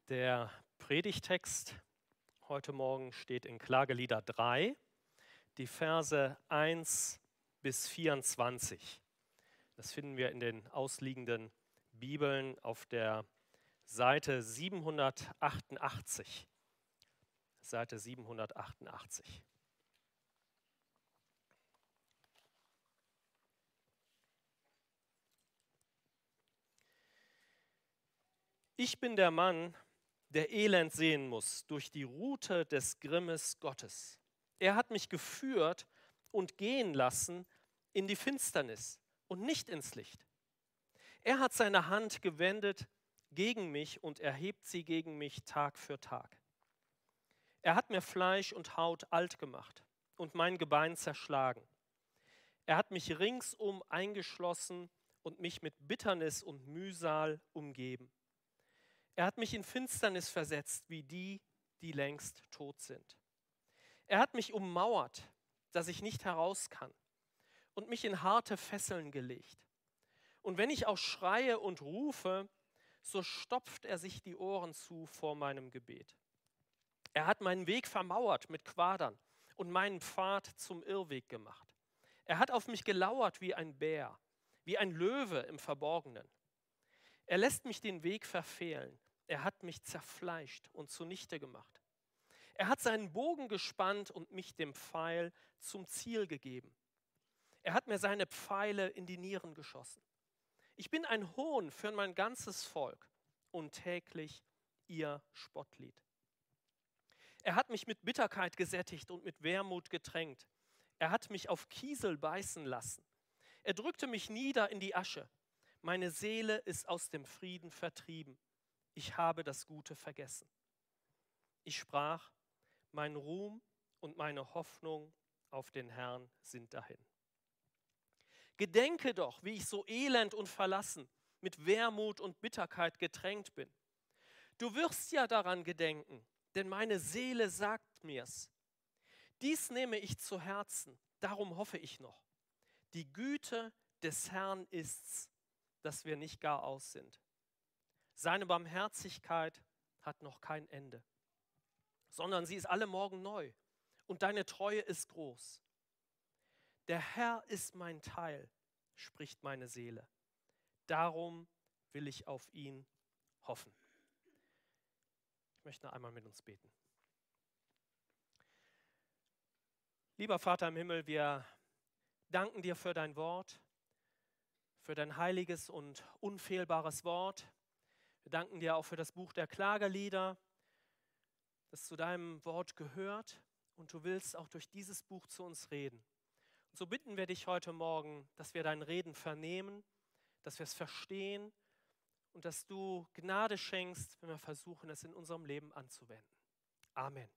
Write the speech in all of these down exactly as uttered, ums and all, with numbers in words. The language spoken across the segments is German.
Der Predigtext heute Morgen steht in Klagelieder drei, die Verse eins bis vierundzwanzig. Das finden wir in den ausliegenden Bibeln auf der Seite siebenhundertachtundachtzig. Seite siebenhundertachtundachtzig. Ich bin der Mann, der Elend sehen muss durch die Rute des Grimmes Gottes. Er hat mich geführt und gehen lassen in die Finsternis und nicht ins Licht. Er hat seine Hand gewendet gegen mich und erhebt sie gegen mich Tag für Tag. Er hat mir Fleisch und Haut alt gemacht und mein Gebein zerschlagen. Er hat mich ringsum eingeschlossen und mich mit Bitternis und Mühsal umgeben. Er hat mich in Finsternis versetzt, wie die, die längst tot sind. Er hat mich ummauert, dass ich nicht heraus kann, und mich in harte Fesseln gelegt. Und wenn ich auch schreie und rufe, so stopft er sich die Ohren zu vor meinem Gebet. Er hat meinen Weg vermauert mit Quadern und meinen Pfad zum Irrweg gemacht. Er hat auf mich gelauert wie ein Bär, wie ein Löwe im Verborgenen. Er lässt mich den Weg verfehlen. Er hat mich zerfleischt und zunichte gemacht. Er hat seinen Bogen gespannt und mich dem Pfeil zum Ziel gegeben. Er hat mir seine Pfeile in die Nieren geschossen. Ich bin ein Hohn für mein ganzes Volk und täglich ihr Spottlied. Er hat mich mit Bitterkeit gesättigt und mit Wermut getränkt. Er hat mich auf Kiesel beißen lassen. Er drückte mich nieder in die Asche. Meine Seele ist aus dem Frieden vertrieben. Ich habe das Gute vergessen. Ich sprach, mein Ruhm und meine Hoffnung auf den Herrn sind dahin. Gedenke doch, wie ich so elend und verlassen, mit Wermut und Bitterkeit getränkt bin. Du wirst ja daran gedenken, denn meine Seele sagt mir's. Dies nehme ich zu Herzen, darum hoffe ich noch. Die Güte des Herrn ist's, dass wir nicht gar aus sind. Seine Barmherzigkeit hat noch kein Ende, sondern sie ist alle Morgen neu und deine Treue ist groß. Der Herr ist mein Teil, spricht meine Seele. Darum will ich auf ihn hoffen. Ich möchte noch einmal mit uns beten. Lieber Vater im Himmel, wir danken dir für dein Wort, für dein heiliges und unfehlbares Wort. Wir danken dir auch für das Buch der Klagelieder, das zu deinem Wort gehört, und du willst auch durch dieses Buch zu uns reden. Und so bitten wir dich heute Morgen, dass wir dein Reden vernehmen, dass wir es verstehen und dass du Gnade schenkst, wenn wir versuchen, es in unserem Leben anzuwenden. Amen.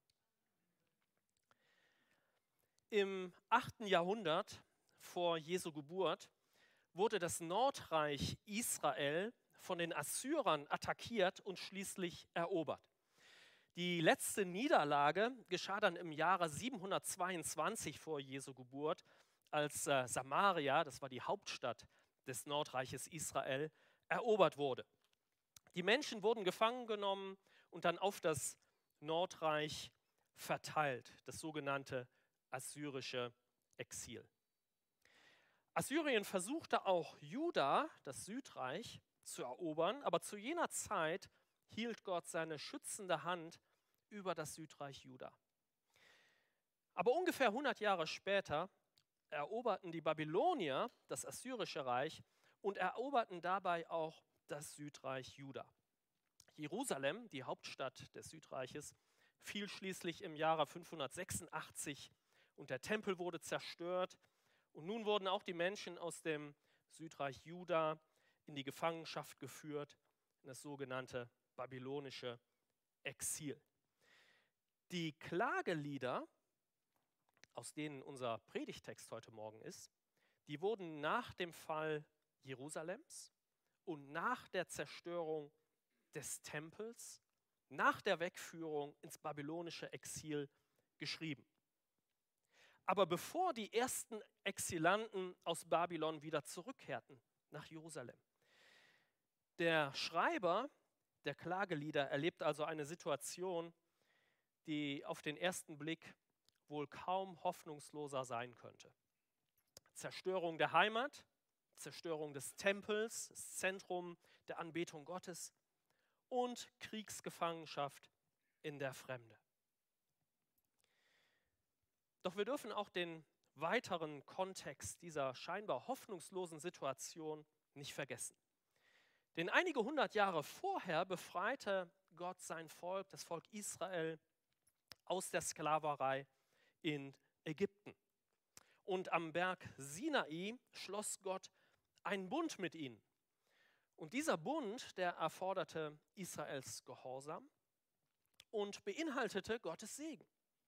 Im achten Jahrhundert vor Jesu Geburt wurde das Nordreich Israel von den Assyrern attackiert und schließlich erobert. Die letzte Niederlage geschah dann im Jahre siebenhundertzweiundzwanzig vor Jesu Geburt, als äh, Samaria, das war die Hauptstadt des Nordreiches Israel, erobert wurde. Die Menschen wurden gefangen genommen und dann auf das Nordreich verteilt, das sogenannte assyrische Exil. Assyrien versuchte auch Juda, das Südreich, zu erobern, aber zu jener Zeit hielt Gott seine schützende Hand über das Südreich Juda. Aber ungefähr hundert Jahre später eroberten die Babylonier das assyrische Reich und eroberten dabei auch das Südreich Juda. Jerusalem, die Hauptstadt des Südreiches, fiel schließlich im Jahre fünfhundertsechsundachtzig und der Tempel wurde zerstört. Und nun wurden auch die Menschen aus dem Südreich Juda in die Gefangenschaft geführt, in das sogenannte babylonische Exil. Die Klagelieder, aus denen unser Predigtext heute Morgen ist, die wurden nach dem Fall Jerusalems und nach der Zerstörung des Tempels, nach der Wegführung ins babylonische Exil geschrieben. Aber bevor die ersten Exilanten aus Babylon wieder zurückkehrten nach Jerusalem, der Schreiber der Klagelieder erlebt also eine Situation, die auf den ersten Blick wohl kaum hoffnungsloser sein könnte. Zerstörung der Heimat, Zerstörung des Tempels, das Zentrum der Anbetung Gottes und Kriegsgefangenschaft in der Fremde. Doch wir dürfen auch den weiteren Kontext dieser scheinbar hoffnungslosen Situation nicht vergessen. Denn einige hundert Jahre vorher befreite Gott sein Volk, das Volk Israel, aus der Sklaverei in Ägypten. Und am Berg Sinai schloss Gott einen Bund mit ihnen. Und dieser Bund, der erforderte Israels Gehorsam und beinhaltete Gottes Segen,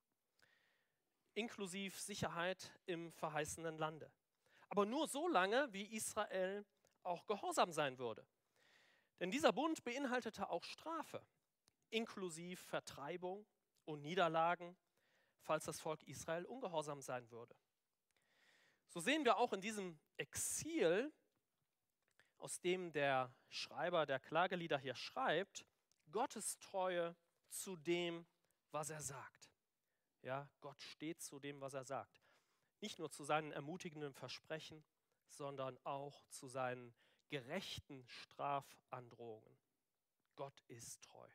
inklusive Sicherheit im verheißenen Lande. Aber nur so lange, wie Israel auch gehorsam sein würde. Denn dieser Bund beinhaltete auch Strafe, inklusive Vertreibung und Niederlagen, falls das Volk Israel ungehorsam sein würde. So sehen wir auch in diesem Exil, aus dem der Schreiber der Klagelieder hier schreibt, Gottes Treue zu dem, was er sagt. Ja, Gott steht zu dem, was er sagt. Nicht nur zu seinen ermutigenden Versprechen, sondern auch zu seinen gerechten Strafandrohungen. Gott ist treu.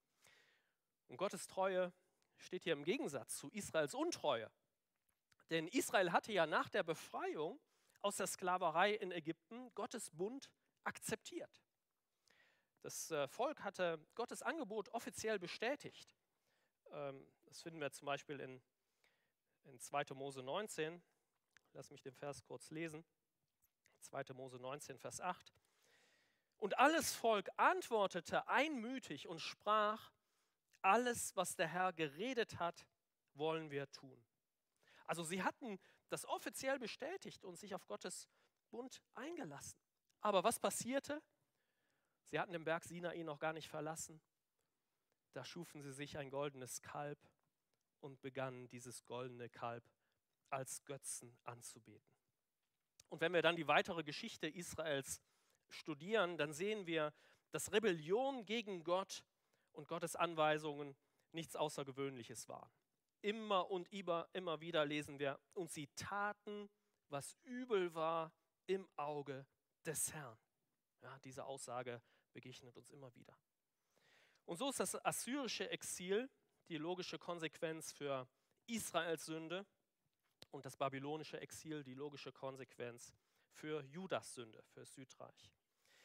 Und Gottes Treue steht hier im Gegensatz zu Israels Untreue. Denn Israel hatte ja nach der Befreiung aus der Sklaverei in Ägypten Gottes Bund akzeptiert. Das Volk hatte Gottes Angebot offiziell bestätigt. Das finden wir zum Beispiel in, in zweiter Mose neunzehn. Lass mich den Vers kurz lesen. zweiter Mose neunzehn, Vers acht. Und alles Volk antwortete einmütig und sprach, alles, was der Herr geredet hat, wollen wir tun. Also sie hatten das offiziell bestätigt und sich auf Gottes Bund eingelassen. Aber was passierte? Sie hatten den Berg Sinai noch gar nicht verlassen. Da schufen sie sich ein goldenes Kalb und begannen dieses goldene Kalb als Götzen anzubeten. Und wenn wir dann die weitere Geschichte Israels studieren, dann sehen wir, dass Rebellion gegen Gott und Gottes Anweisungen nichts Außergewöhnliches waren. Immer und immer, immer wieder lesen wir, und sie taten, was übel war im Auge des Herrn. Ja, diese Aussage begegnet uns immer wieder. Und so ist das assyrische Exil die logische Konsequenz für Israels Sünde und das babylonische Exil die logische Konsequenz für Judas Sünde, für das Südreich.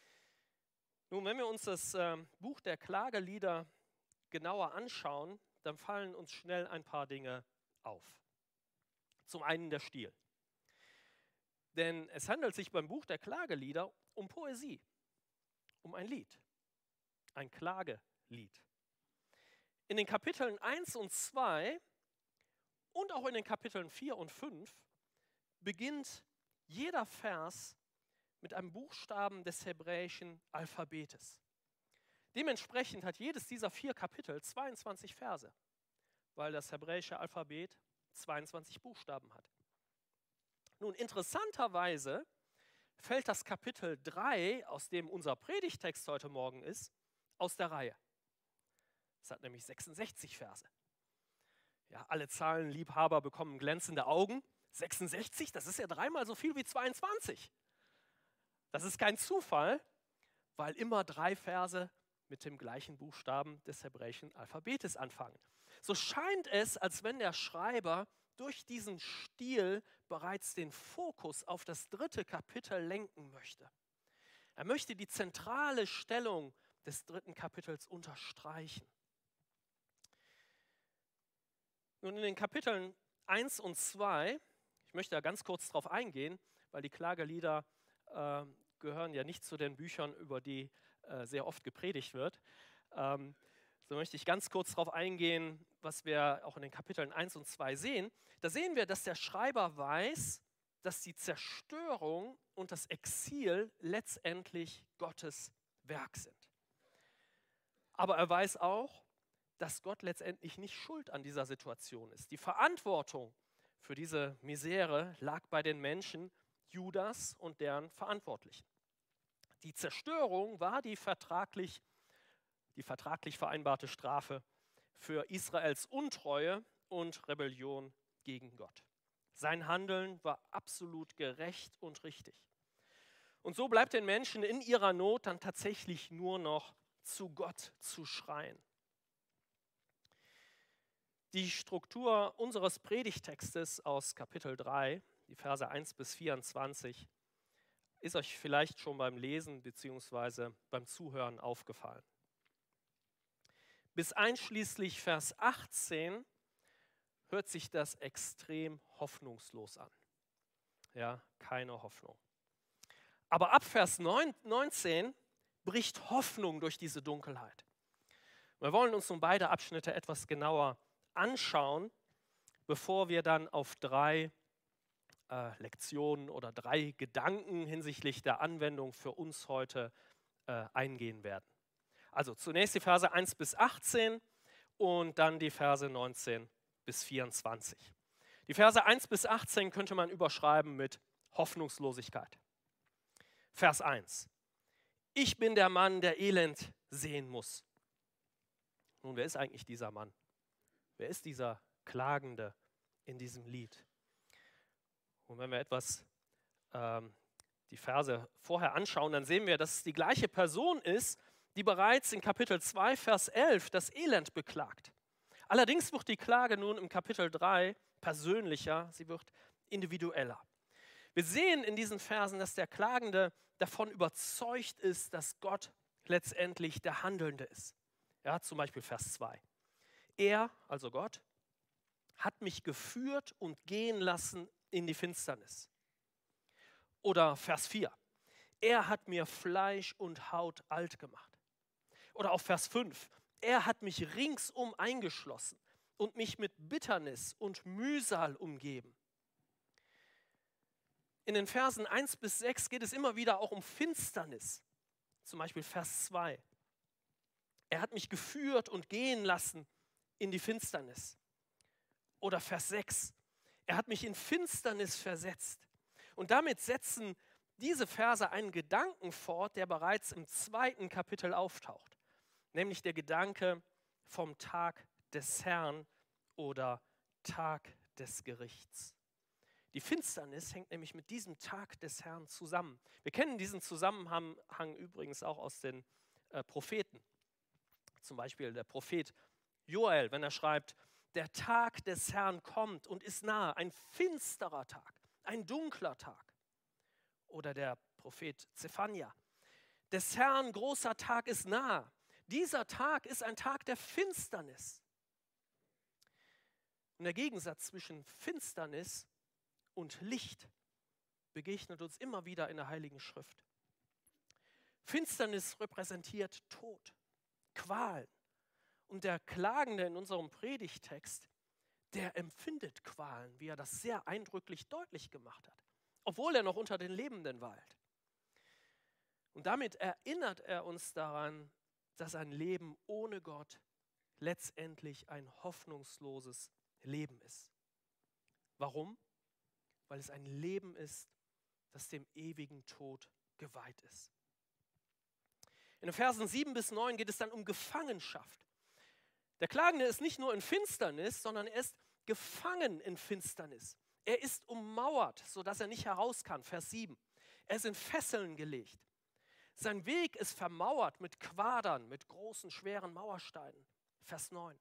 Nun, wenn wir uns das äh, Buch der Klagelieder genauer anschauen, dann fallen uns schnell ein paar Dinge auf. Zum einen der Stil. Denn es handelt sich beim Buch der Klagelieder um Poesie, um ein Lied, ein Klagelied. In den Kapiteln eins und zwei und auch in den Kapiteln vier und fünf beginnt jeder Vers mit einem Buchstaben des hebräischen Alphabetes. Dementsprechend hat jedes dieser vier Kapitel zweiundzwanzig Verse, weil das hebräische Alphabet zweiundzwanzig Buchstaben hat. Nun, interessanterweise fällt das Kapitel drei, aus dem unser Predigtext heute Morgen ist, aus der Reihe. Es hat nämlich sechsundsechzig Verse. Ja, alle Zahlenliebhaber bekommen glänzende Augen. sechsundsechzig, das ist ja dreimal so viel wie zweiundzwanzig. Das ist kein Zufall, weil immer drei Verse mit dem gleichen Buchstaben des hebräischen Alphabetes anfangen. So scheint es, als wenn der Schreiber durch diesen Stil bereits den Fokus auf das dritte Kapitel lenken möchte. Er möchte die zentrale Stellung des dritten Kapitels unterstreichen. Nun, in den Kapiteln eins und zwei, ich möchte da ganz kurz drauf eingehen, weil die Klagelieder äh, gehören ja nicht zu den Büchern, über die äh, sehr oft gepredigt wird. Ähm, so möchte ich ganz kurz darauf eingehen, was wir auch in den Kapiteln eins und zwei sehen. Da sehen wir, dass der Schreiber weiß, dass die Zerstörung und das Exil letztendlich Gottes Werk sind. Aber er weiß auch, dass Gott letztendlich nicht schuld an dieser Situation ist. Die Verantwortung für diese Misere lag bei den Menschen Judas und deren Verantwortlichen. Die Zerstörung war die vertraglich, die vertraglich vereinbarte Strafe für Israels Untreue und Rebellion gegen Gott. Sein Handeln war absolut gerecht und richtig. Und so bleibt den Menschen in ihrer Not dann tatsächlich nur noch zu Gott zu schreien. Die Struktur unseres Predigtextes aus Kapitel drei, die Verse eins bis vierundzwanzig, ist euch vielleicht schon beim Lesen bzw. beim Zuhören aufgefallen. Bis einschließlich Vers achtzehn hört sich das extrem hoffnungslos an. Ja, keine Hoffnung. Aber ab Vers neunzehn bricht Hoffnung durch diese Dunkelheit. Wir wollen uns nun beide Abschnitte etwas genauer anschauen, bevor wir dann auf drei äh, Lektionen oder drei Gedanken hinsichtlich der Anwendung für uns heute äh, eingehen werden. Also zunächst die Verse eins bis achtzehn und dann die Verse neunzehn bis vierundzwanzig. Die Verse eins bis achtzehn könnte man überschreiben mit Hoffnungslosigkeit. Vers eins. Ich bin der Mann, der Elend sehen muss. Nun, wer ist eigentlich dieser Mann? Wer ist dieser Klagende in diesem Lied? Und wenn wir etwas ähm, die Verse vorher anschauen, dann sehen wir, dass es die gleiche Person ist, die bereits in Kapitel zwei, Vers elf das Elend beklagt. Allerdings wird die Klage nun im Kapitel drei persönlicher, sie wird individueller. Wir sehen in diesen Versen, dass der Klagende davon überzeugt ist, dass Gott letztendlich der Handelnde ist. Ja, zum Beispiel Vers zwei. Er, also Gott, hat mich geführt und gehen lassen in die Finsternis. Oder Vers vier. Er hat mir Fleisch und Haut alt gemacht. Oder auch Vers fünf. Er hat mich ringsum eingeschlossen und mich mit Bitternis und Mühsal umgeben. In den Versen eins bis sechs geht es immer wieder auch um Finsternis. Zum Beispiel Vers zwei. Er hat mich geführt und gehen lassen in die Finsternis. Oder Vers sechs. Er hat mich in Finsternis versetzt. Und damit setzen diese Verse einen Gedanken fort, der bereits im zweiten Kapitel auftaucht. Nämlich der Gedanke vom Tag des Herrn oder Tag des Gerichts. Die Finsternis hängt nämlich mit diesem Tag des Herrn zusammen. Wir kennen diesen Zusammenhang übrigens auch aus den äh, Propheten. Zum Beispiel der Prophet Joel, wenn er schreibt, der Tag des Herrn kommt und ist nahe, ein finsterer Tag, ein dunkler Tag. Oder der Prophet Zephania, des Herrn großer Tag ist nahe. Dieser Tag ist ein Tag der Finsternis. Und der Gegensatz zwischen Finsternis und Licht begegnet uns immer wieder in der Heiligen Schrift. Finsternis repräsentiert Tod, Qual. Und der Klagende in unserem Predigtext, der empfindet Qualen, wie er das sehr eindrücklich deutlich gemacht hat, obwohl er noch unter den Lebenden weilt. Und damit erinnert er uns daran, dass ein Leben ohne Gott letztendlich ein hoffnungsloses Leben ist. Warum? Weil es ein Leben ist, das dem ewigen Tod geweiht ist. In den Versen sieben bis neun geht es dann um Gefangenschaft. Der Klagende ist nicht nur in Finsternis, sondern er ist gefangen in Finsternis. Er ist ummauert, sodass er nicht heraus kann. Vers sieben. Er ist in Fesseln gelegt. Sein Weg ist vermauert mit Quadern, mit großen, schweren Mauersteinen. Vers neun.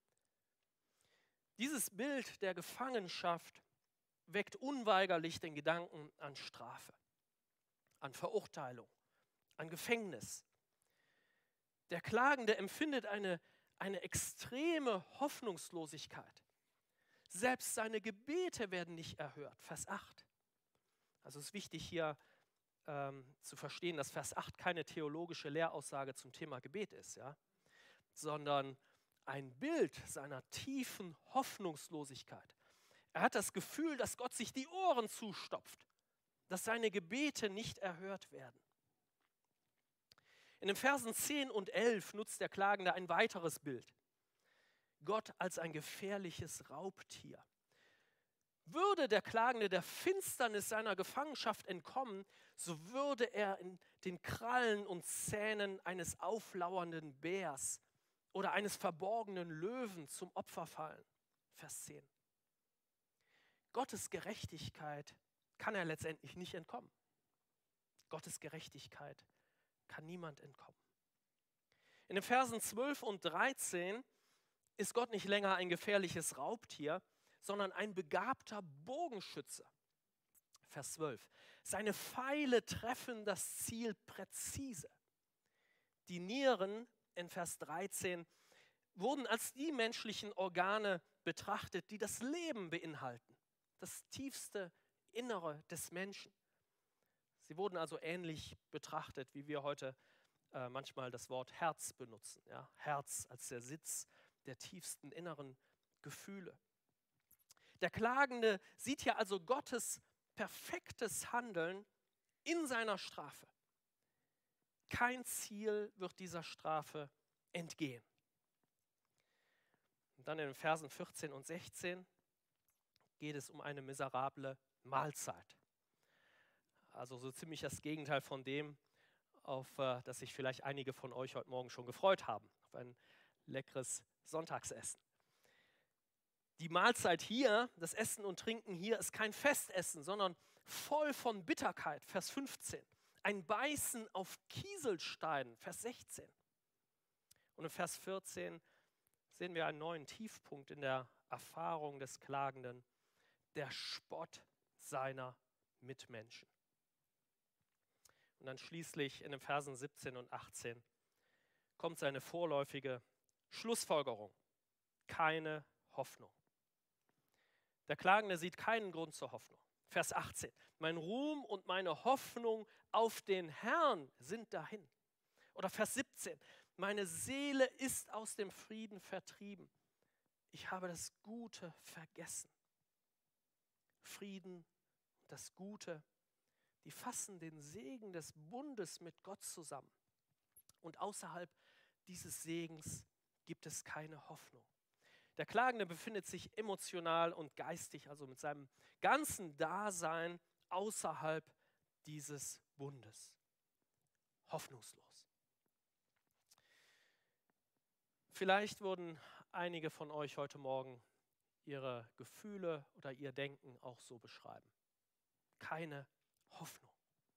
Dieses Bild der Gefangenschaft weckt unweigerlich den Gedanken an Strafe, an Verurteilung, an Gefängnis. Der Klagende empfindet eine, eine extreme Hoffnungslosigkeit. Selbst seine Gebete werden nicht erhört. Vers acht. Also es ist wichtig hier ähm, zu verstehen, dass Vers acht keine theologische Lehraussage zum Thema Gebet ist, ja? Sondern ein Bild seiner tiefen Hoffnungslosigkeit. Er hat das Gefühl, dass Gott sich die Ohren zustopft, dass seine Gebete nicht erhört werden. In den Versen zehn und elf nutzt der Klagende ein weiteres Bild. Gott als ein gefährliches Raubtier. Würde der Klagende der Finsternis seiner Gefangenschaft entkommen, so würde er in den Krallen und Zähnen eines auflauernden Bärs oder eines verborgenen Löwen zum Opfer fallen. Vers zehn. Gottes Gerechtigkeit kann er letztendlich nicht entkommen. Gottes Gerechtigkeit kann niemand entkommen. In den Versen zwölf und dreizehn ist Gott nicht länger ein gefährliches Raubtier, sondern ein begabter Bogenschütze. Vers zwölf. Seine Pfeile treffen das Ziel präzise. Die Nieren in Vers dreizehn wurden als die menschlichen Organe betrachtet, die das Leben beinhalten, das tiefste Innere des Menschen. Sie wurden also ähnlich betrachtet, wie wir heute äh, manchmal das Wort Herz benutzen. Ja? Herz als der Sitz der tiefsten inneren Gefühle. Der Klagende sieht hier also Gottes perfektes Handeln in seiner Strafe. Kein Ziel wird dieser Strafe entgehen. Und dann in den Versen vierzehn und sechzehn geht es um eine miserable Mahlzeit. Also so ziemlich das Gegenteil von dem, auf äh, das sich vielleicht einige von euch heute Morgen schon gefreut haben, auf ein leckeres Sonntagsessen. Die Mahlzeit hier, das Essen und Trinken hier, ist kein Festessen, sondern voll von Bitterkeit, Vers fünfzehn. Ein Beißen auf Kieselsteinen, Vers sechzehn. Und in Vers vierzehn sehen wir einen neuen Tiefpunkt in der Erfahrung des Klagenden, der Spott seiner Mitmenschen. Und dann schließlich in den Versen siebzehn und achtzehn kommt seine vorläufige Schlussfolgerung. Keine Hoffnung. Der Klagende sieht keinen Grund zur Hoffnung. Vers achtzehn. Mein Ruhm und meine Hoffnung auf den Herrn sind dahin. Oder Vers siebzehn. Meine Seele ist aus dem Frieden vertrieben. Ich habe das Gute vergessen. Frieden, das Gute, die fassen den Segen des Bundes mit Gott zusammen. Und außerhalb dieses Segens gibt es keine Hoffnung. Der Klagende befindet sich emotional und geistig, also mit seinem ganzen Dasein außerhalb dieses Bundes. Hoffnungslos. Vielleicht würden einige von euch heute Morgen ihre Gefühle oder ihr Denken auch so beschreiben. Keine Hoffnung.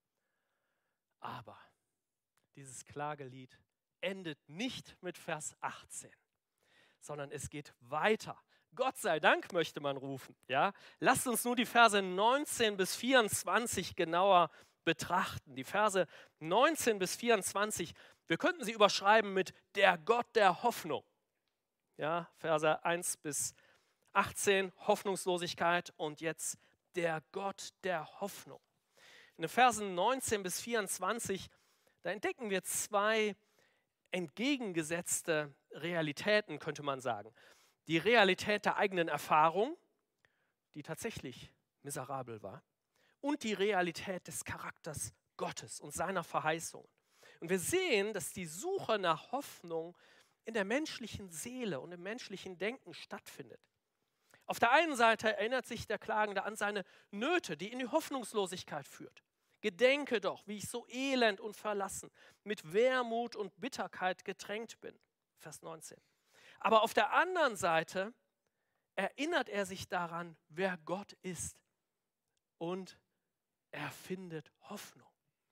Aber dieses Klagelied endet nicht mit Vers achtzehn. Sondern es geht weiter. Gott sei Dank möchte man rufen. Ja? Lasst uns nur die Verse neunzehn bis vierundzwanzig genauer betrachten. Die Verse neunzehn bis vierundzwanzig, wir könnten sie überschreiben mit der Gott der Hoffnung. Ja, Verse eins bis achtzehn, Hoffnungslosigkeit und jetzt der Gott der Hoffnung. In den Versen neunzehn bis vierundzwanzig, da entdecken wir zwei entgegengesetzte Realitäten, könnte man sagen. Die Realität der eigenen Erfahrung, die tatsächlich miserabel war, und die Realität des Charakters Gottes und seiner Verheißungen. Und wir sehen, dass die Suche nach Hoffnung in der menschlichen Seele und im menschlichen Denken stattfindet. Auf der einen Seite erinnert sich der Klagende an seine Nöte, die in die Hoffnungslosigkeit führt. Gedenke doch, wie ich so elend und verlassen, mit Wermut und Bitterkeit getränkt bin. Vers neunzehn. Aber auf der anderen Seite erinnert er sich daran, wer Gott ist. Und er findet Hoffnung.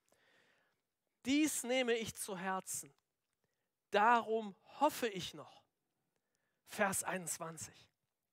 Dies nehme ich zu Herzen. Darum hoffe ich noch. Vers einundzwanzig.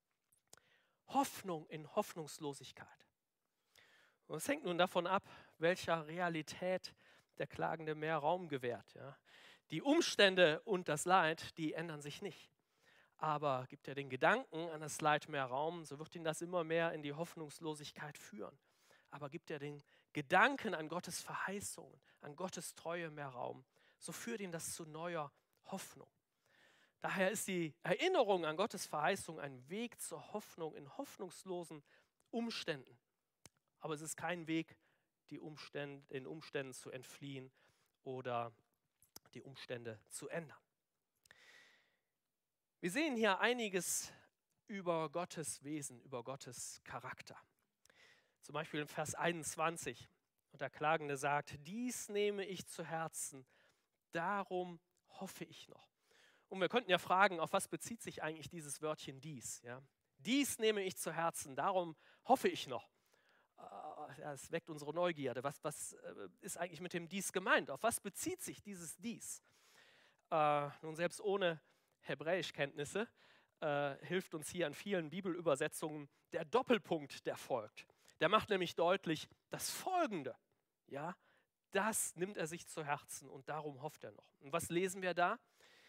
Hoffnung in Hoffnungslosigkeit. Und es hängt nun davon ab, welcher Realität der Klagende mehr Raum gewährt. Ja. Die Umstände und das Leid, die ändern sich nicht. Aber gibt er den Gedanken an das Leid mehr Raum, so wird ihn das immer mehr in die Hoffnungslosigkeit führen. Aber gibt er den Gedanken an Gottes Verheißungen, an Gottes Treue mehr Raum, so führt ihn das zu neuer Hoffnung. Daher ist die Erinnerung an Gottes Verheißung ein Weg zur Hoffnung in hoffnungslosen Umständen. Aber es ist kein Weg, die Umstände, den Umständen zu entfliehen oder die Umstände zu ändern. Wir sehen hier einiges über Gottes Wesen, über Gottes Charakter. Zum Beispiel in Vers einundzwanzig. Und der Klagende sagt, dies nehme ich zu Herzen, darum hoffe ich noch. Und wir könnten ja fragen, auf was bezieht sich eigentlich dieses Wörtchen dies? Ja? Dies nehme ich zu Herzen, darum hoffe ich noch. Es weckt unsere Neugierde. Was, was ist eigentlich mit dem dies gemeint? Auf was bezieht sich dieses dies? Äh, nun, selbst ohne Hebräischkenntnisse äh, hilft uns hier an vielen Bibelübersetzungen der Doppelpunkt, der folgt. Der macht nämlich deutlich, das Folgende, ja, das nimmt er sich zu Herzen und darum hofft er noch. Und was lesen wir da?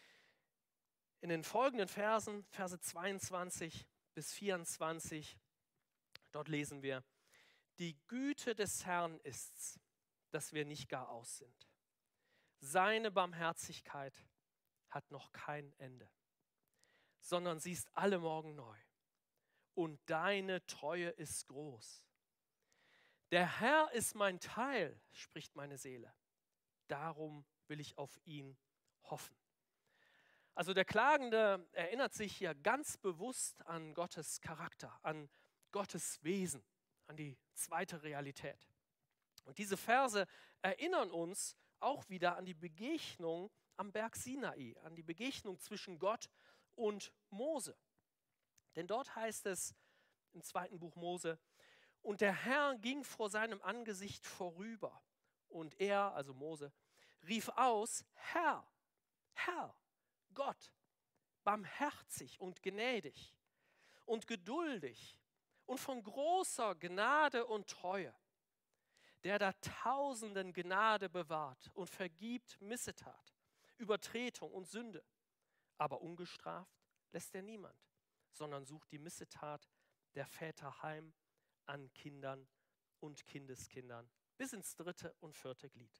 In den folgenden Versen, Verse zweiundzwanzig bis vierundzwanzig, dort lesen wir, die Güte des Herrn ist's, dass wir nicht gar aus sind. Seine Barmherzigkeit hat noch kein Ende, sondern sie ist alle Morgen neu. Und deine Treue ist groß. Der Herr ist mein Teil, spricht meine Seele. Darum will ich auf ihn hoffen. Also der Klagende erinnert sich hier ganz bewusst an Gottes Charakter, an Gottes Wesen, an die zweite Realität. Und diese Verse erinnern uns auch wieder an die Begegnung am Berg Sinai, an die Begegnung zwischen Gott und Mose. Denn dort heißt es im zweiten Buch Mose, und der Herr ging vor seinem Angesicht vorüber. Und er, also Mose, rief aus, Herr, Herr, Gott, barmherzig und gnädig und geduldig und von großer Gnade und Treue, der da Tausenden Gnade bewahrt und vergibt Missetat, Übertretung und Sünde. Aber ungestraft lässt er niemand, sondern sucht die Missetat der Väter heim an Kindern und Kindeskindern bis ins dritte und vierte Glied.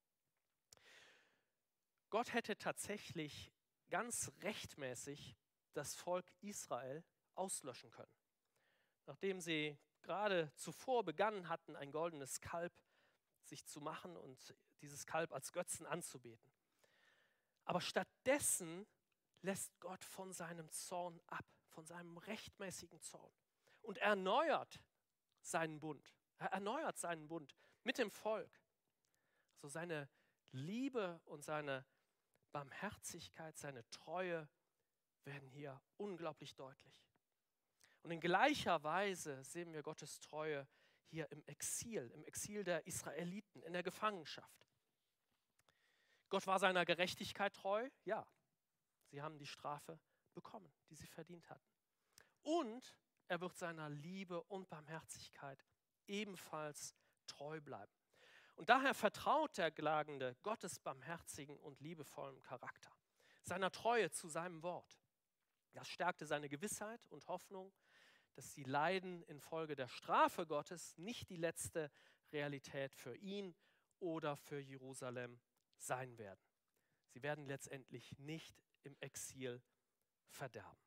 Gott hätte tatsächlich ganz rechtmäßig das Volk Israel auslöschen können. Nachdem sie gerade zuvor begonnen hatten, ein goldenes Kalb sich zu machen und dieses Kalb als Götzen anzubeten. Aber stattdessen lässt Gott von seinem Zorn ab, von seinem rechtmäßigen Zorn und erneuert seinen Bund. Er erneuert seinen Bund mit dem Volk. So seine Liebe und seine Barmherzigkeit, seine Treue werden hier unglaublich deutlich. Und in gleicher Weise sehen wir Gottes Treue hier im Exil, im Exil der Israeliten, in der Gefangenschaft. Gott war seiner Gerechtigkeit treu, ja. Sie haben die Strafe bekommen, die sie verdient hatten. Und er wird seiner Liebe und Barmherzigkeit ebenfalls treu bleiben. Und daher vertraut der Klagende Gottes barmherzigen und liebevollen Charakter, seiner Treue zu seinem Wort. Das stärkte seine Gewissheit und Hoffnung, dass die Leiden infolge der Strafe Gottes nicht die letzte Realität für ihn oder für Jerusalem sein werden. Sie werden letztendlich nicht im Exil verderben.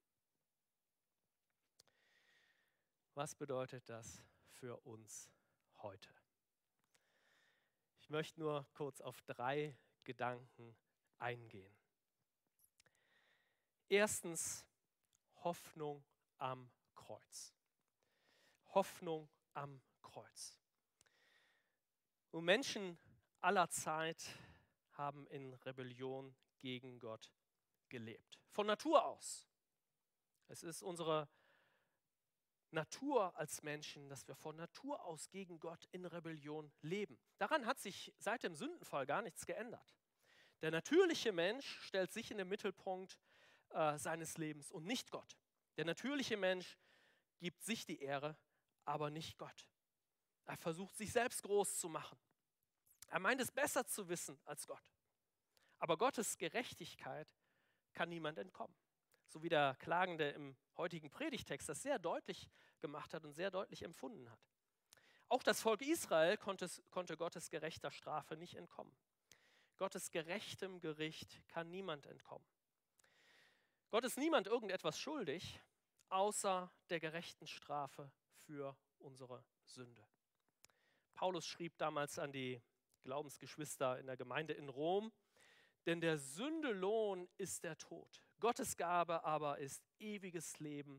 Was bedeutet das für uns heute? Ich möchte nur kurz auf drei Gedanken eingehen. Erstens, Hoffnung am Kreuz. Hoffnung am Kreuz. Und Menschen aller Zeit haben in Rebellion gegen Gott gelebt. Von Natur aus. Es ist unsere Natur als Menschen, dass wir von Natur aus gegen Gott in Rebellion leben. Daran hat sich seit dem Sündenfall gar nichts geändert. Der natürliche Mensch stellt sich in den Mittelpunkt äh, seines Lebens und nicht Gott. Der natürliche Mensch gibt sich die Ehre, aber nicht Gott. Er versucht, sich selbst groß zu machen. Er meint es besser zu wissen als Gott. Aber Gottes Gerechtigkeit kann niemand entkommen. So wie der Klagende im heutigen Predigtext das sehr deutlich gemacht hat und sehr deutlich empfunden hat. Auch das Volk Israel konnte, konnte Gottes gerechter Strafe nicht entkommen. Gottes gerechtem Gericht kann niemand entkommen. Gott ist niemand irgendetwas schuldig, außer der gerechten Strafe für unsere Sünde. Paulus schrieb damals an die Glaubensgeschwister in der Gemeinde in Rom, denn der Sünde Lohn ist der Tod. Gottes Gabe aber ist ewiges Leben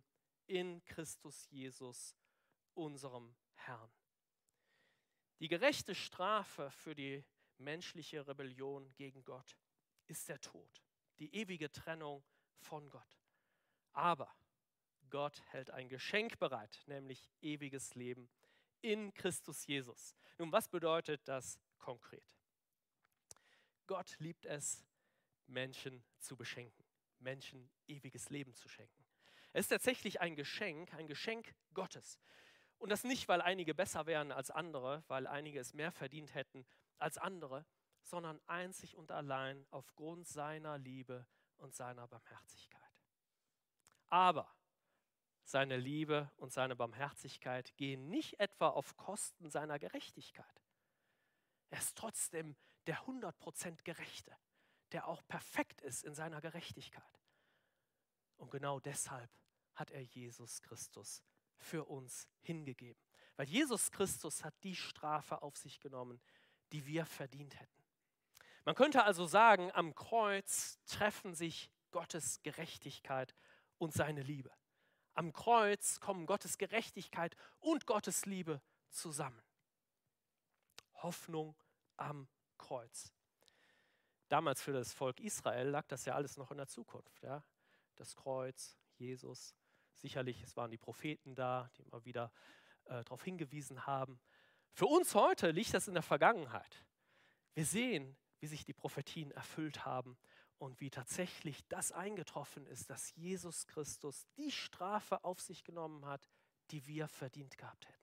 in Christus Jesus, unserem Herrn. Die gerechte Strafe für die menschliche Rebellion gegen Gott ist der Tod, die ewige Trennung von Gott. Aber Gott hält ein Geschenk bereit, nämlich ewiges Leben in Christus Jesus. Nun, was bedeutet das konkret? Gott liebt es, Menschen zu beschenken, Menschen ewiges Leben zu schenken. Es ist tatsächlich ein Geschenk, ein Geschenk Gottes. Und das nicht, weil einige besser wären als andere, weil einige es mehr verdient hätten als andere, sondern einzig und allein aufgrund seiner Liebe und seiner Barmherzigkeit. Aber seine Liebe und seine Barmherzigkeit gehen nicht etwa auf Kosten seiner Gerechtigkeit. Er ist trotzdem der hundert Prozent Gerechte, der auch perfekt ist in seiner Gerechtigkeit. Und genau deshalb hat er Jesus Christus für uns hingegeben. Weil Jesus Christus hat die Strafe auf sich genommen, die wir verdient hätten. Man könnte also sagen, am Kreuz treffen sich Gottes Gerechtigkeit und seine Liebe. Am Kreuz kommen Gottes Gerechtigkeit und Gottes Liebe zusammen. Hoffnung am Kreuz. Damals für das Volk Israel lag das ja alles noch in der Zukunft. Ja? Das Kreuz, Jesus, sicherlich, es waren die Propheten da, die immer wieder äh, darauf hingewiesen haben. Für uns heute liegt das in der Vergangenheit. Wir sehen, wie sich die Prophetien erfüllt haben und wie tatsächlich das eingetroffen ist, dass Jesus Christus die Strafe auf sich genommen hat, die wir verdient gehabt hätten.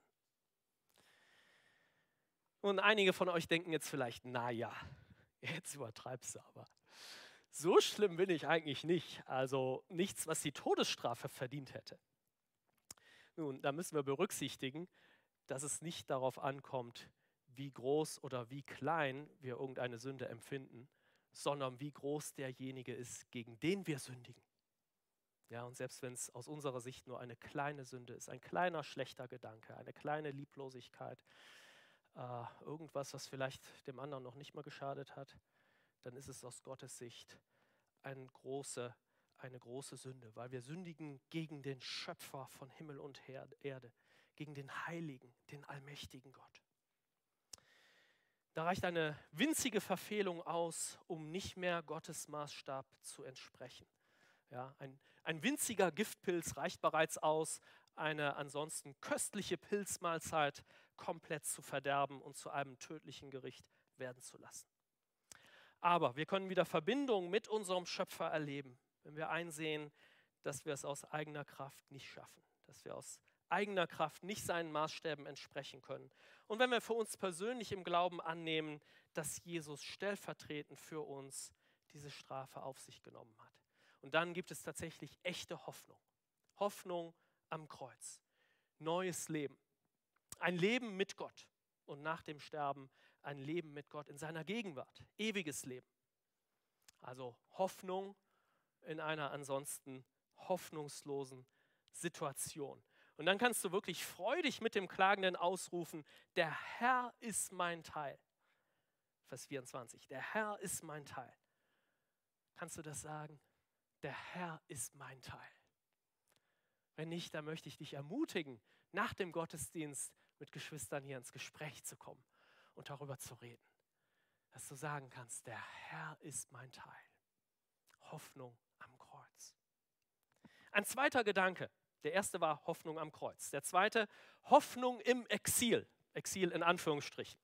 Und einige von euch denken jetzt vielleicht, naja, jetzt übertreibst du aber. So schlimm bin ich eigentlich nicht. Also nichts, was die Todesstrafe verdient hätte. Nun, da müssen wir berücksichtigen, dass es nicht darauf ankommt, wie groß oder wie klein wir irgendeine Sünde empfinden, sondern wie groß derjenige ist, gegen den wir sündigen. Ja, und selbst wenn es aus unserer Sicht nur eine kleine Sünde ist, ein kleiner schlechter Gedanke, eine kleine Lieblosigkeit, äh, irgendwas, was vielleicht dem anderen noch nicht mal geschadet hat, dann ist es aus Gottes Sicht eine große, eine große Sünde, weil wir sündigen gegen den Schöpfer von Himmel und Erde, gegen den Heiligen, den allmächtigen Gott. Da reicht eine winzige Verfehlung aus, um nicht mehr Gottes Maßstab zu entsprechen. Ja, ein, ein winziger Giftpilz reicht bereits aus, eine ansonsten köstliche Pilzmahlzeit komplett zu verderben und zu einem tödlichen Gericht werden zu lassen. Aber wir können wieder Verbindung mit unserem Schöpfer erleben, wenn wir einsehen, dass wir es aus eigener Kraft nicht schaffen, dass wir aus eigener Kraft nicht seinen Maßstäben entsprechen können. Und wenn wir für uns persönlich im Glauben annehmen, dass Jesus stellvertretend für uns diese Strafe auf sich genommen hat. Und dann gibt es tatsächlich echte Hoffnung. Hoffnung am Kreuz. Neues Leben. Ein Leben mit Gott. Und nach dem Sterben ein Leben mit Gott in seiner Gegenwart. Ewiges Leben. Also Hoffnung in einer ansonsten hoffnungslosen Situation. Und dann kannst du wirklich freudig mit dem Klagenden ausrufen, der Herr ist mein Teil. Vers vierundzwanzig, der Herr ist mein Teil. Kannst du das sagen? Der Herr ist mein Teil. Wenn nicht, dann möchte ich dich ermutigen, nach dem Gottesdienst mit Geschwistern hier ins Gespräch zu kommen und darüber zu reden. Dass du sagen kannst, der Herr ist mein Teil. Hoffnung am Kreuz. Ein zweiter Gedanke. Der erste war Hoffnung am Kreuz. Der zweite, Hoffnung im Exil. Exil in Anführungsstrichen.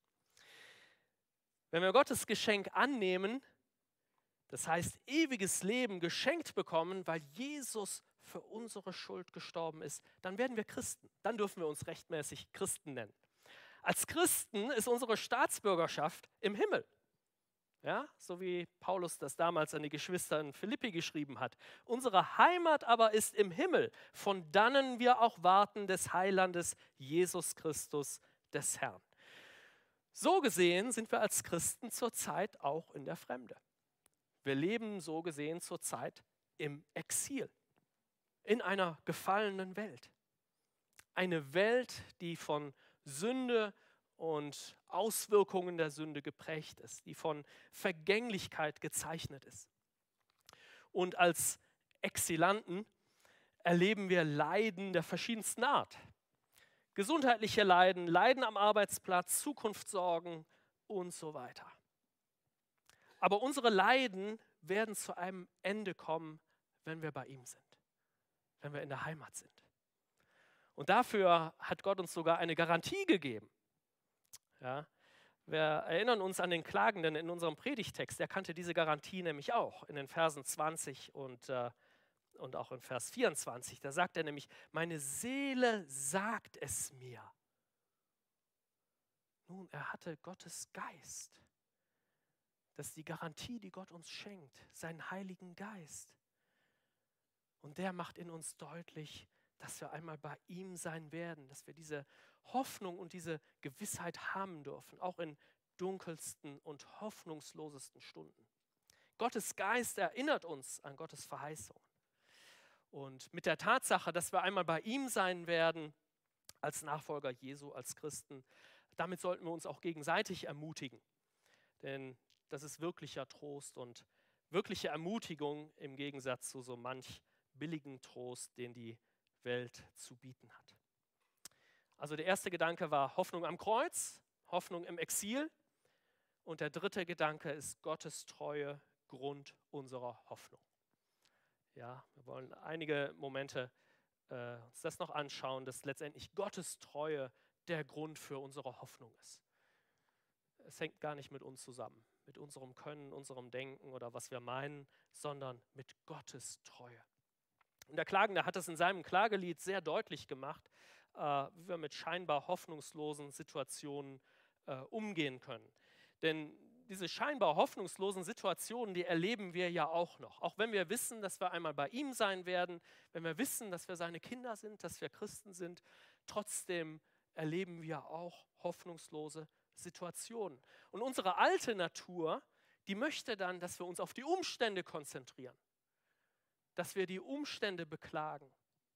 Wenn wir Gottes Geschenk annehmen, das heißt ewiges Leben geschenkt bekommen, weil Jesus für unsere Schuld gestorben ist, dann werden wir Christen. Dann dürfen wir uns rechtmäßig Christen nennen. Als Christen ist unsere Staatsbürgerschaft im Himmel. Ja, so wie Paulus das damals an die Geschwister in Philippi geschrieben hat. Unsere Heimat aber ist im Himmel, von dannen wir auch warten des Heilandes Jesus Christus, des Herrn. So gesehen sind wir als Christen zurzeit auch in der Fremde. Wir leben so gesehen zurzeit im Exil, in einer gefallenen Welt. Eine Welt, die von Sünde und Auswirkungen der Sünde geprägt ist, die von Vergänglichkeit gezeichnet ist. Und als Exilanten erleben wir Leiden der verschiedensten Art. Gesundheitliche Leiden, Leiden am Arbeitsplatz, Zukunftssorgen und so weiter. Aber unsere Leiden werden zu einem Ende kommen, wenn wir bei ihm sind, wenn wir in der Heimat sind. Und dafür hat Gott uns sogar eine Garantie gegeben. Ja, wir erinnern uns an den Klagenden in unserem Predigtext, der kannte diese Garantie nämlich auch in den Versen zwanzig und, äh, und auch in Vers vierundzwanzig. Da sagt er nämlich, meine Seele sagt es mir. Nun, er hatte Gottes Geist. Das ist die Garantie, die Gott uns schenkt, seinen Heiligen Geist. Und der macht in uns deutlich, dass wir einmal bei ihm sein werden, dass wir diese Hoffnung und diese Gewissheit haben dürfen, auch in dunkelsten und hoffnungslosesten Stunden. Gottes Geist erinnert uns an Gottes Verheißungen. Und mit der Tatsache, dass wir einmal bei ihm sein werden, als Nachfolger Jesu, als Christen, damit sollten wir uns auch gegenseitig ermutigen. Denn das ist wirklicher Trost und wirkliche Ermutigung im Gegensatz zu so manch billigen Trost, den die Welt zu bieten hat. Also der erste Gedanke war Hoffnung am Kreuz, Hoffnung im Exil. Und der dritte Gedanke ist Gottes Treue, Grund unserer Hoffnung. Ja, wir wollen einige Momente äh, uns das noch anschauen, dass letztendlich Gottes Treue der Grund für unsere Hoffnung ist. Es hängt gar nicht mit uns zusammen, mit unserem Können, unserem Denken oder was wir meinen, sondern mit Gottes Treue. Und der Klagende hat es in seinem Klagelied sehr deutlich gemacht, äh, wie wir mit scheinbar hoffnungslosen Situationen äh, umgehen können. Denn diese scheinbar hoffnungslosen Situationen, die erleben wir ja auch noch. Auch wenn wir wissen, dass wir einmal bei ihm sein werden, wenn wir wissen, dass wir seine Kinder sind, dass wir Christen sind, trotzdem erleben wir auch hoffnungslose Situationen. Und unsere alte Natur, die möchte dann, dass wir uns auf die Umstände konzentrieren, dass wir die Umstände beklagen.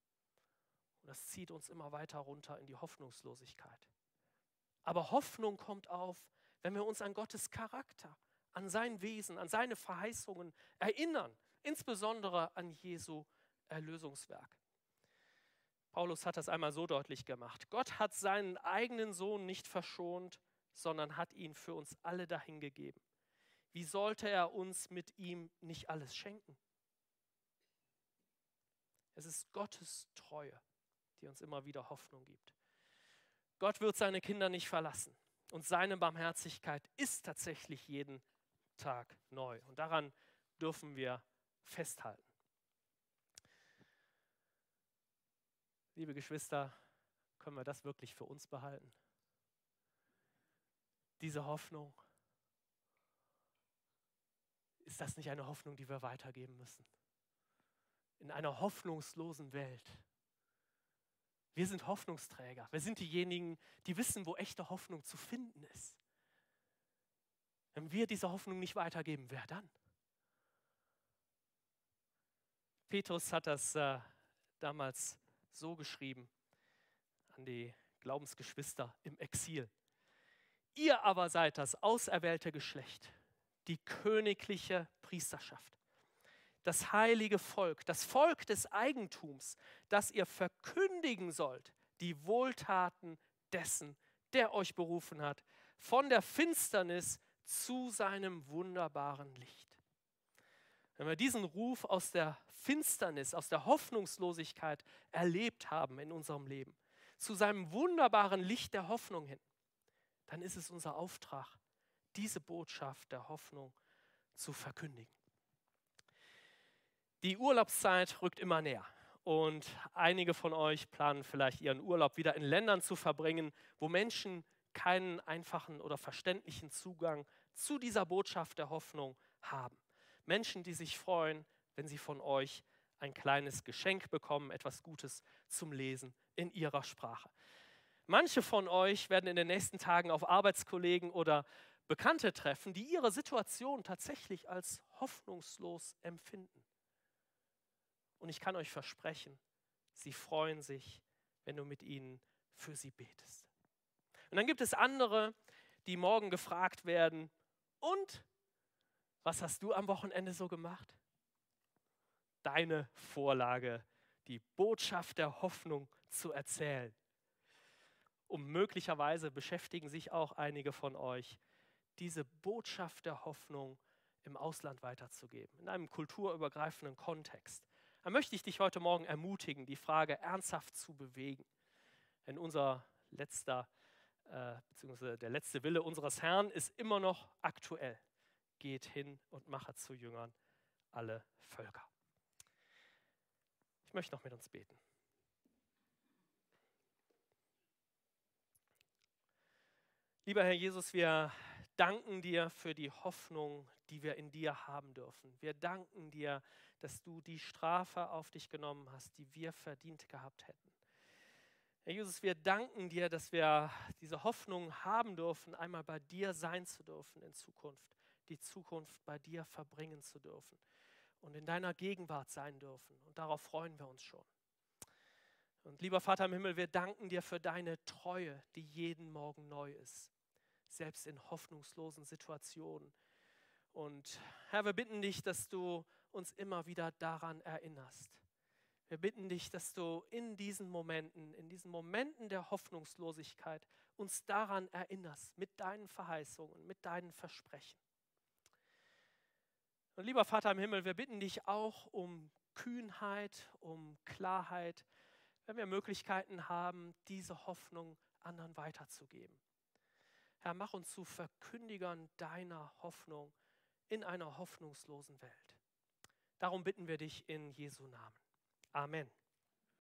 Und das zieht uns immer weiter runter in die Hoffnungslosigkeit. Aber Hoffnung kommt auf, wenn wir uns an Gottes Charakter, an sein Wesen, an seine Verheißungen erinnern, insbesondere an Jesu Erlösungswerk. Paulus hat das einmal so deutlich gemacht. Gott hat seinen eigenen Sohn nicht verschont, sondern hat ihn für uns alle dahingegeben. Wie sollte er uns mit ihm nicht alles schenken? Es ist Gottes Treue, die uns immer wieder Hoffnung gibt. Gott wird seine Kinder nicht verlassen. Und seine Barmherzigkeit ist tatsächlich jeden Tag neu. Und daran dürfen wir festhalten. Liebe Geschwister, können wir das wirklich für uns behalten? Diese Hoffnung, ist das nicht eine Hoffnung, die wir weitergeben müssen? In einer hoffnungslosen Welt. Wir sind Hoffnungsträger. Wir sind diejenigen, die wissen, wo echte Hoffnung zu finden ist. Wenn wir diese Hoffnung nicht weitergeben, wer dann? Petrus hat das äh, damals so geschrieben an die Glaubensgeschwister im Exil. Ihr aber seid das auserwählte Geschlecht, die königliche Priesterschaft, das heilige Volk, das Volk des Eigentums, das ihr verkündigen sollt, die Wohltaten dessen, der euch berufen hat, von der Finsternis zu seinem wunderbaren Licht. Wenn wir diesen Ruf aus der Finsternis, aus der Hoffnungslosigkeit erlebt haben in unserem Leben, zu seinem wunderbaren Licht der Hoffnung hin, dann ist es unser Auftrag, diese Botschaft der Hoffnung zu verkündigen. Die Urlaubszeit rückt immer näher und einige von euch planen vielleicht ihren Urlaub wieder in Ländern zu verbringen, wo Menschen keinen einfachen oder verständlichen Zugang zu dieser Botschaft der Hoffnung haben. Menschen, die sich freuen, wenn sie von euch ein kleines Geschenk bekommen, etwas Gutes zum Lesen in ihrer Sprache. Manche von euch werden in den nächsten Tagen auf Arbeitskollegen oder Bekannte treffen, die ihre Situation tatsächlich als hoffnungslos empfinden. Und ich kann euch versprechen, sie freuen sich, wenn du mit ihnen für sie betest. Und dann gibt es andere, die morgen gefragt werden, und was hast du am Wochenende so gemacht? Deine Vorlage, die Botschaft der Hoffnung zu erzählen. Und möglicherweise beschäftigen sich auch einige von euch, diese Botschaft der Hoffnung im Ausland weiterzugeben, in einem kulturübergreifenden Kontext. Da möchte ich dich heute Morgen ermutigen, die Frage ernsthaft zu bewegen. Denn unser letzter, äh, beziehungsweise der letzte Wille unseres Herrn ist immer noch aktuell. Geht hin und mache zu Jüngern alle Völker. Ich möchte noch mit uns beten. Lieber Herr Jesus, wir danken dir für die Hoffnung, die wir in dir haben dürfen. Wir danken dir, dass du die Strafe auf dich genommen hast, die wir verdient gehabt hätten. Herr Jesus, wir danken dir, dass wir diese Hoffnung haben dürfen, einmal bei dir sein zu dürfen in Zukunft, die Zukunft bei dir verbringen zu dürfen und in deiner Gegenwart sein dürfen. Und darauf freuen wir uns schon. Und lieber Vater im Himmel, wir danken dir für deine Treue, die jeden Morgen neu ist, selbst in hoffnungslosen Situationen. Und Herr, wir bitten dich, dass du uns immer wieder daran erinnerst. Wir bitten dich, dass du in diesen Momenten, in diesen Momenten der Hoffnungslosigkeit uns daran erinnerst, mit deinen Verheißungen, mit deinen Versprechen. Und lieber Vater im Himmel, wir bitten dich auch um Kühnheit, um Klarheit, wenn wir Möglichkeiten haben, diese Hoffnung anderen weiterzugeben. Herr, mach uns zu Verkündigern deiner Hoffnung in einer hoffnungslosen Welt. Darum bitten wir dich in Jesu Namen. Amen.